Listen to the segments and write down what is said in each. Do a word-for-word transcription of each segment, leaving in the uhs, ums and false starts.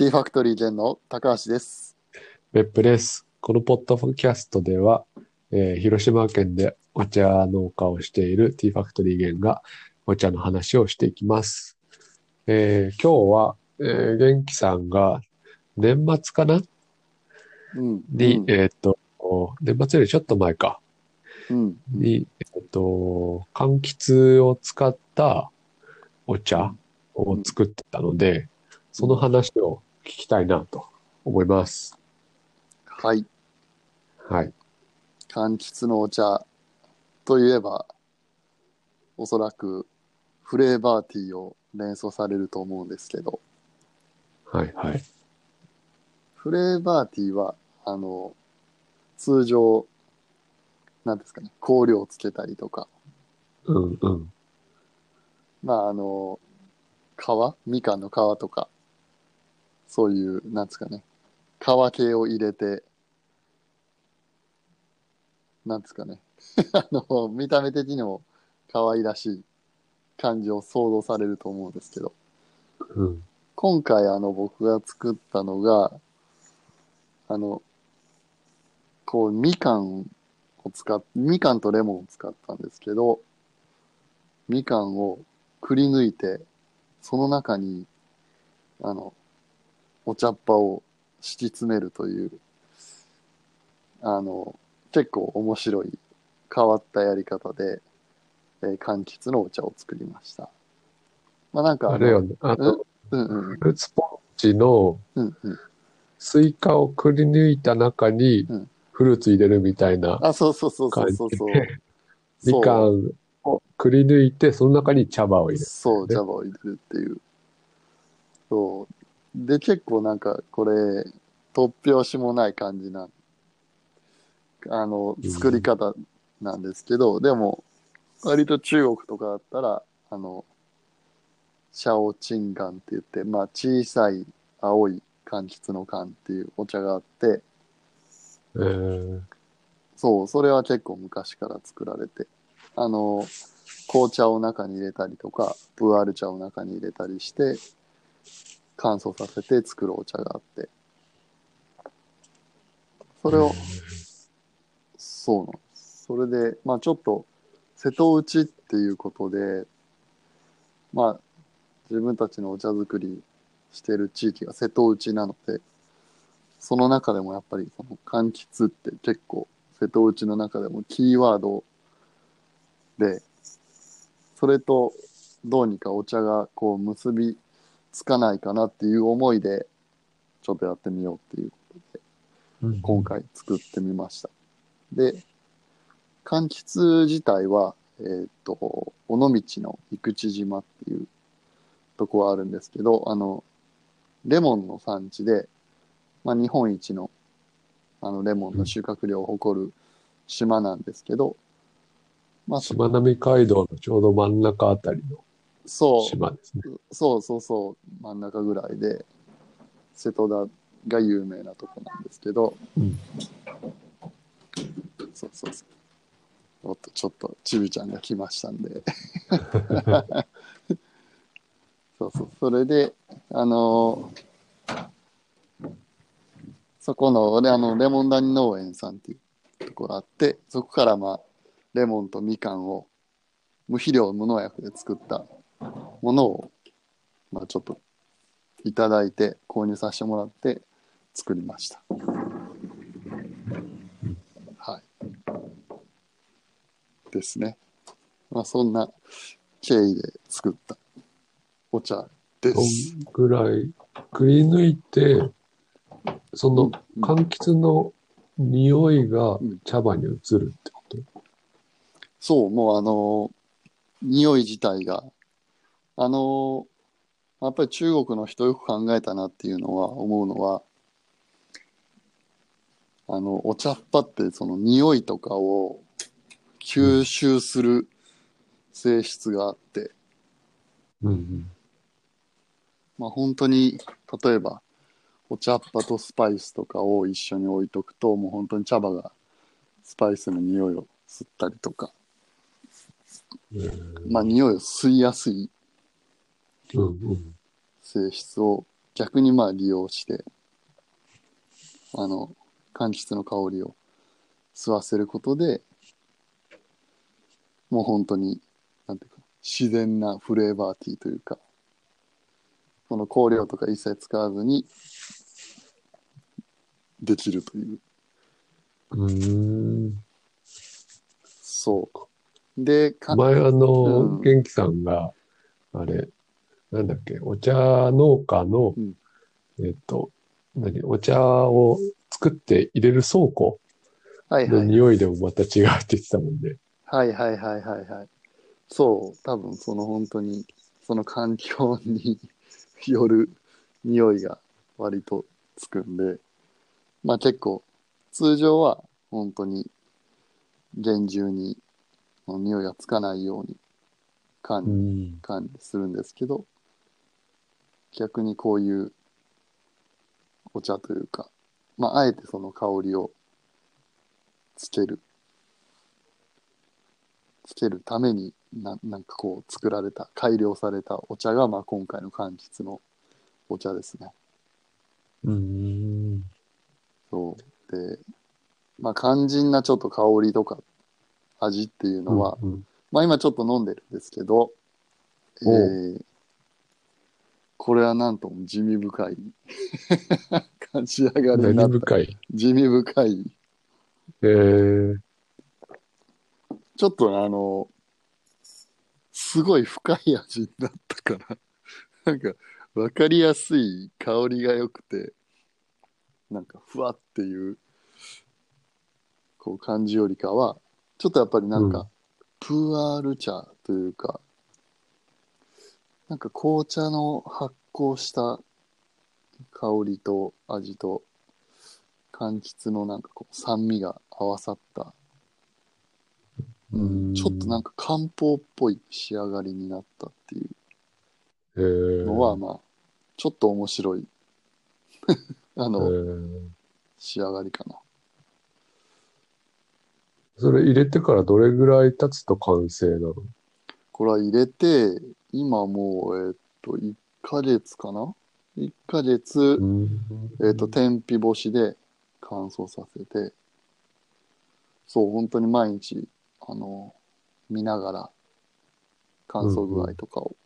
ティーファクトリー兼の高橋です。 別府です。このポッドキャストでは、えー広島県でお茶農家をしているティーファクトリーゲンがお茶の話をしていきます。えー今日は、えー元気さんが年末かなうん、うに、 ん、 えーっと、年末よりちょっと前かうん、うん、 に、えーっと、柑橘を使ったお茶うん、 をうん、 作ってたので、そのうん。 話を聞きたいなと思います。 はい。 はい。 柑橘のお茶といえば、おそらくフレーバーティーを連想されると思うんですけど、 はい、はい。 フレーバーティーは、あの、通常、なんですかね、香料をつけたりとか、 うん、うん。 まあ、あの、皮みかんの皮とか、そういう、なんですかね、皮系を入れて、なんですかね、あの、見た目的にも可愛らしい感じを想像されると思うんですけど、 うん。 今回あの僕が作ったのが、あの、こうみかんを使っ、みかんとレモンを使ったんですけど、みかんをくり抜いて、その中に、あの、お茶っ葉を敷き詰めるという、あの、結構面白い変わったやり方で、えー柑橘のお茶を作りました。まあなんかあの、 あれよね。あうんの、 うんうん、 フルーツポンチのうんうん、 スイカをくり抜いた中にうん。 フルーツ入れるみたいなあ、そうそうそうそう感そうそう。 じで、みかそんをくり抜いて、その中に茶葉をう、 入れるそう、 んだよね。 茶葉を入れるっていう。そう。で、結構なんか、これ、突拍子もない感じな、あの、作りうん。 方なんですけど、でも、割と中国とかだったら、あの、シャオチンガンって言って、まあ、小さい青い柑橘の柑っていうお茶があって、 えー、 そう、それは結構昔から作られて、あの、紅茶を中に入れたりとか、プーアール茶を中に入れたりして、乾燥させて作るお茶があって、そえれを、 ー、 そうなんです。それで、まあちょっと、瀬戸内っていうことで、まあ自分たちのお茶作りしてる地域が瀬戸内なので、その中でもやっぱりその柑橘って結構瀬戸内の中でもキーワードで、それとどうにかお茶がこう結びつかないかなっていう思いで、ちょっとやってみようっていうことで、 うん、 今回作ってみました。で、柑橘自体は、えーっと、尾道の生口島っていうとこはあるんですけど、あの、レモンの産地で、まあ、日本一のあのレモンうん。 の収穫量を誇る島なんですけど、まあ、そ、 しまなみ海道のちょうど真ん中あたりのそ島ですね。 う、そうそうそう、真ん中ぐらいで、瀬戸田が有名なとこなんですけど、 うん。 そうそうそう。おっと、ちょっと、ちびちゃんが来ましたんで。そうそう。それで、あのーそこの、俺、あの、レモン谷農園さんっていうところがあって、そこからまあ、レモンとみかんを無肥料無農薬で作ったものを、まあ、ちょっといただいて購入させてもらって作りました。 うん。 はい。ですね。まあ、そんな経緯で作ったお茶でどす。 んぐらいくり抜いて、そうん、 のうん、 柑橘の匂いがうん。 茶葉に移るってこと？ そう、もうあの、匂い自体が、あの、やっぱり中国の人よく考えたなっていうのは、思うのは、あの、お茶っ葉ってその匂いとかを吸うん。 収する性質があって、 うん。 まあ本当に、例えば、お茶っ葉とスパイスとかを一緒に置いとくと、もう本当に茶葉がスパイスの匂いを吸ったりとか、 うん。 まあ匂いを吸いやすいうん。うん。 性質を逆にまあ利用して、あの、柑橘の香りを吸わせることで、もう本当に、なんていうか、自然なフレーバーティーというか、その香料とか一切使わずにできるという。 うーん。 そう。で、か、 前あの、 うん、 元気さんが、あれ、なんだっけ、お茶農家の、 うん。 えっと、何、お茶を作って入れる倉庫はいはいはい。 の匂いでもまた違うって言ってたもんね。 はいはいはいはいはい。そう、多分その本当に、その環境による匂いが割とつくんで、まあ結構、通常は本当に厳重に匂いがつかないように管理、 うん。 管理するんですけど、逆にこういうお茶というか、まああえてその香りをつける、つけるためにな、なんかこう作られた、改良されたお茶が、まあ今回の柑橘のお茶ですね。 うーん。 そう。で、まあ肝心なちょっと香りとか味っていううん。 のは、 うん。 まあ今ちょっと飲んでるんですけど、えおう、 ー、これはなんとも地味深い感じ上がりにな何った。 深い。 地味深い。 えー、 ちょっとあの、すごい深い味になったから、なんかわかりやすい香りが良くて、なんかふわっていうこう感じよりかは、ちょっとやっぱりなんか、 うん。 プーアール茶というか、なんか紅茶の発酵した香りと味と柑橘のなんかこう酸味が合わさった、 うーうん、ちょっとなんん。 か漢方っぽい仕上がりになったっていうえー、 のは、まあ、ちょっと面白い、あえの、 ー、 仕上がりかな。 それ入れてからどれぐらい経つと完成なの？ これは入れて、今もう、えっと、いっかげつかな？ いっ ヶ月、 うーえっと、 ん。 天日干しで乾燥させて、そう、本当に毎日、あの、見ながら乾燥具うんうん。 合とかを、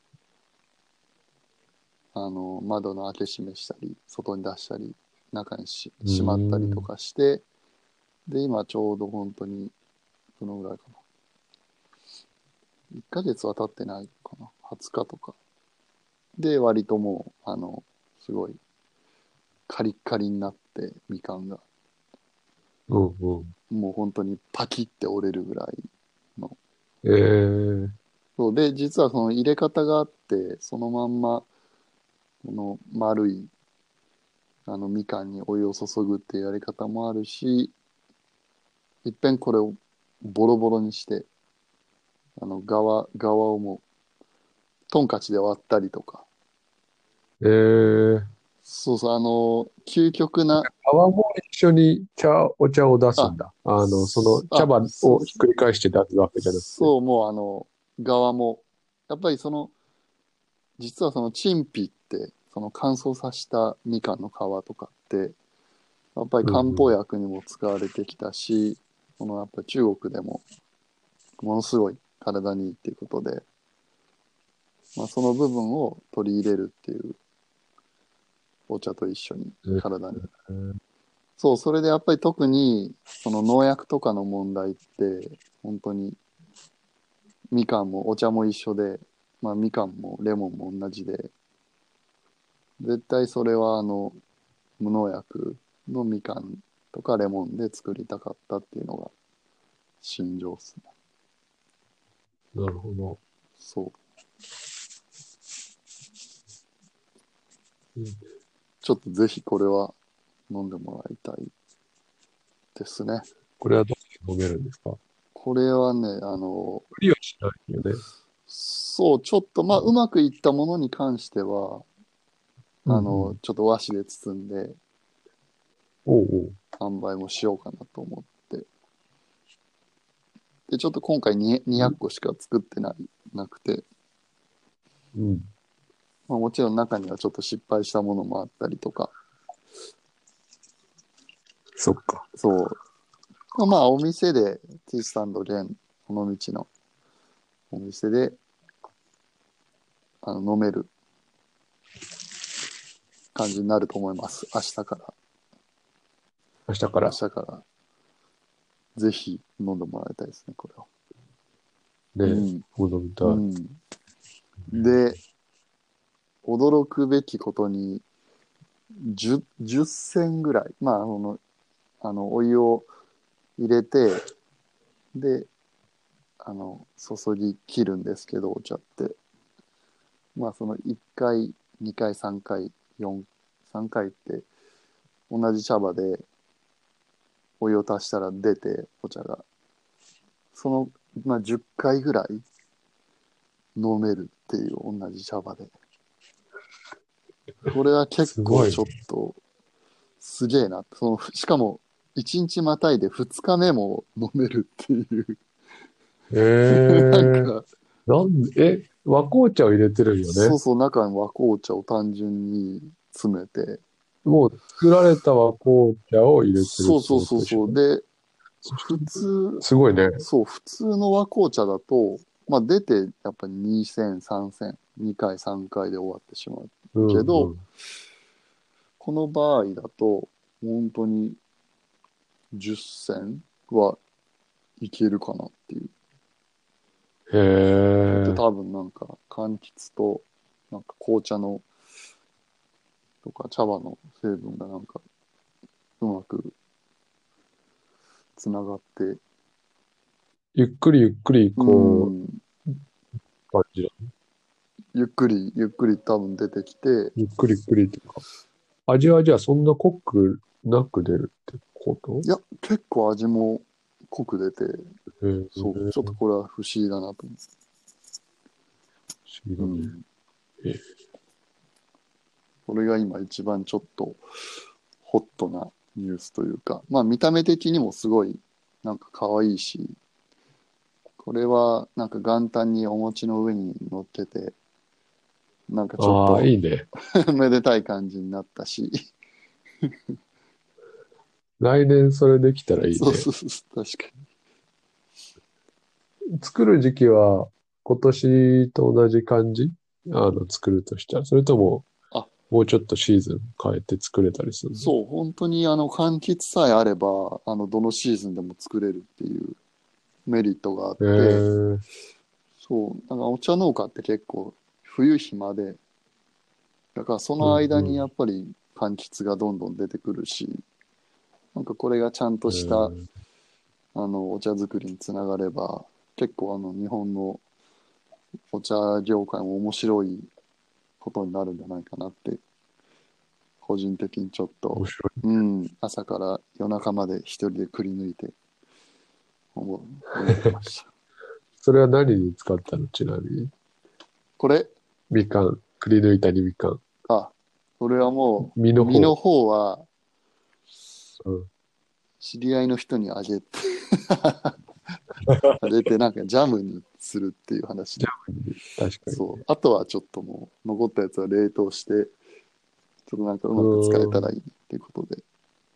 あの、窓の開け閉めしたり、外に出したり、中にしうしまったりとーん。 かして、で、今ちょうど本当に、どのぐらいかな。いっかげつは経ってないかな。はつかとか。で、割ともう、あの、すごいカリッカリになって、みかんが。 うんうん。 もう本当にパキって折れるぐらいの。 えー、 そうで、実はその入れ方があって、そのまんま、この丸い、あの、みかんにお湯を注ぐっていうやり方もあるし、いっぺんこれをボロボロにして、あの、側、側をもう、トンカチで割ったりとか。 えー、 そうそう、あの、究極な、 泡も一緒に茶、お茶を出すあ、 んだ。あの、その茶あ、 葉そ、 をひっくり返して出すわけじゃなくて。 そう、もうあの、側も、やっぱりその、実はその陳皮って、その乾燥させたみかんの皮とかって、やっぱり漢方うんうん。 薬にも使われてきたし、このやっぱり中国でもものすごい体にいいっていうことで、まあ、その部分を取り入れるっていうお茶と一緒にえ体に。 ー、 そう、それでやっぱり特にその農薬とかの問題って本当にみかんもお茶も一緒で、まあみかんもレモンも同じで、絶対それはあの無農薬のみかんとかレモンで作りたかったっていうのが心情っすね。 なるほど。 そう。 うん、 ちょっとぜひこれは飲んでもらいたいですね。 これはどうやって飲めるんですか？ これはね、あの、 無理はしないよね。 そう、ちょっと、まあ、うまくいったものに関しては、 うんうあの、 ん。 ちょっと和紙で包んでおうおう。 販売もしようかなと思って。で、ちょっと今回ににひゃっこしか作ってない、なくて、 うん。 まあ、もちろん中にはちょっと失敗したものもあったりとか、 そっか。 そう。まあ、お店で、ティースタンド現、この道のお店で、あの、飲める感じになると思います。明日から。明明日から。 日から。ぜひ飲んでもらいたいですね、これを。 ねえ、 うん。 もう飲みたい。 うん。で、驚くべきことに、じゅう、じゅっ銭ぐらい、まあ、あの、あの、お湯を入れて、で、あの、注ぎ切るんですけど、お茶って。まあ、そのいっかい、にかい、さんかい、よん、さんかいって同じ茶葉でお湯を足したら出て、お茶が。その、まあ、じゅっかいぐらい飲めるっていう同じ茶葉で。これは結すごい。 構ちょっとすげえな。その、しかも、いちにちまたいでふつかめも飲めるっていう。 えなんー、 か、 なんで、え、和紅茶を入れてるんよね。 そうそう、中に和紅茶を単純に詰めて、 もう作られた和紅茶を入れてるってそうそうことでしょ。 そうそう。で、 そして普通、 すごいね。 そう、普通の和紅茶だと、まあ出てやっぱりに銭、さん銭、にかい、さんかいで終わってしまううんけど、 うん。 この場合だと、本当にじゅっ銭はいけるかなっていう。 へえ、 だって多分なんか、柑橘と、なんか紅茶の、とか茶葉の成分がなんか、うまくつながって、 ゆっくりゆっくりうこん、 う、感じだ。 ゆっくり、ゆっくり多分出てきて、 ゆっくりゆっくりっていうか。味はじゃあそんな濃くなく出るってこといや、結構味も濃く出て、 へえ、 そう、ちょっとこれは不思議だなと思って。 不思議だね。 うん。 え、 これが今一番ちょっとホットなニュースというか、まあ見た目的にもすごいなんか可愛いし、これはなんか元旦にお餅の上に乗っけて、なんかちょっああ、 といいね。 めでたい感じになったし、 来年それできたらいいね。 そうそうそう、確かに。 作る時期は今年と同じ感じあの、作るとしたら。それとも、 あ、 もうちょっとシーズン変えて作れたりするの？ そう、本当にあの柑橘さえあれば、あの、どのシーズンでも作れるっていうメリットがあっへて、 え、 そう、なんかお茶農家って結構冬暇で、だからそうの間にんやっぱり柑橘がどんどん出てくるし、なんかこれがちゃんとうしたあん。 のお茶作りにつながれば、結構あの日本のお茶業界も面白いことになるんじゃないかなって、個人的にちょっと、 面白い。 うん、朝から夜中まで一人でくり抜いて思う思ってました。 それは何に使ったのちなみに？ これ、 みかん、くり抜いたにみかん。 あ、これはもう、 実の方。 実の方はうん。 知り合いの人にあげて、あげてなんかジャムにするっていう話で。 確かにそう。 ね。 あとはちょっともう、残ったやつは冷凍して、ちょっとなんかううまく使えたーん。 らいいっていうことで。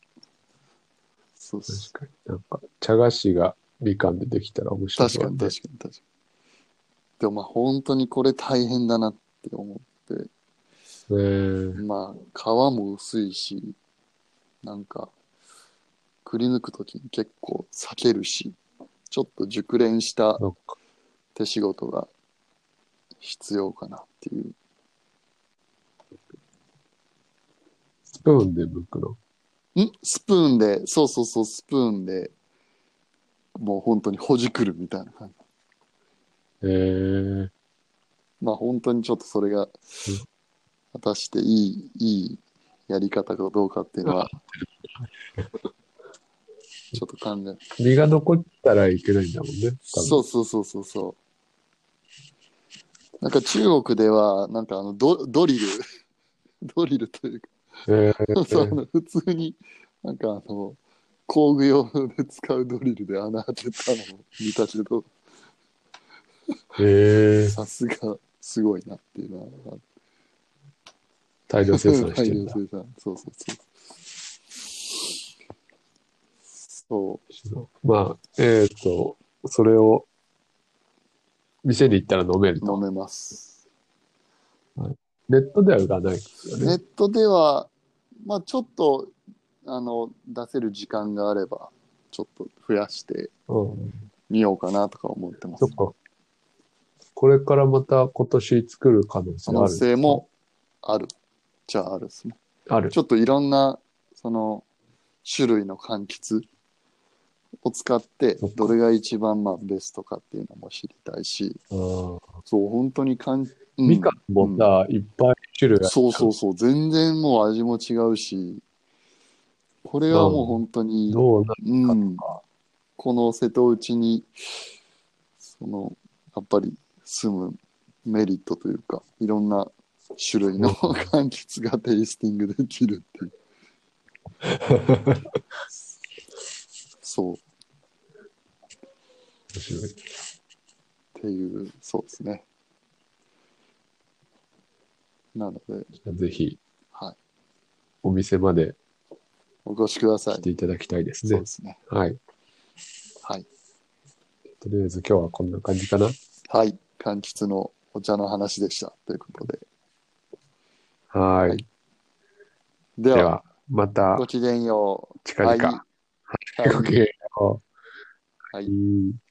そうっす。 確かに。なんか、茶菓子がみかんでできたら面白確かにそうだね。 確かに確かに。でもまあ本当にこれ大変だなって思って、 えー、 まあ皮も薄いし、なんかくり抜くときに結構避けるし、ちょっと熟練したなんか、 手仕事が必要かなっていう。 スプーンで剥くの？ んスプーンで、そうそうそう、スプーンでもう本当にほじくるみたいな感じ。 えー、 まあ本当にちょっとそれがうん。 果たしていい、いいやり方かどうかっていうのは、ちょっと考え。 実が残ったらいけないんだもんね、多分。 そうそうそうそうそう。なんか中国では、なんかあのド、ドリル、ドリルというか、 えそう、あー、 の普通に、なんかあの、工具用で使うドリルで穴当てたのを見たけど、 えー、 さすがすごいなっていうのは。 大量生産して大んだ。 量生産。そうそうそう。そまあ、えっと、それを店に行ったら飲めるう、飲と。 めます。 ネットでは売らないですよね。 ネットでは、まあちょっと、あの、出せる時間があれば、ちょっと増やしてうん。 みようかなとか思ってます。 そっか。これからまた今年作る可能性あ可能るんですか？ 性もある。じゃああるですね。 ある。 ちょっといろんな、その、種類の柑橘を使って、 そっか。 どれが一番まあベストかっていうのも知りたいし、 あーそう、本当にかん、うん、 みかんうん。 もさ、いっぱい種類あるじゃん。 そうそうそう、全然もう味も違うし、これはもううん。 本当に、 どうなるうかとん、 か。 この瀬戸内に、その、やっぱり住むメリットというか、いろんな種類のうん。 柑橘がテイスティングできるっていう。そう、っ面白い。 ていう、そうですね。なので、 じゃあぜひ、 はい。 お店までお越しください。 来ていただきたいですね。 そうですね。 はい。 はい。 とりあえず今日はこんな感じかな。 はい。柑橘のお茶の話でした。ということで。はい。 はい。 では、 では、またごきげんよう。 近々。 はい。はい。 ごきげんよう。ははい。 い。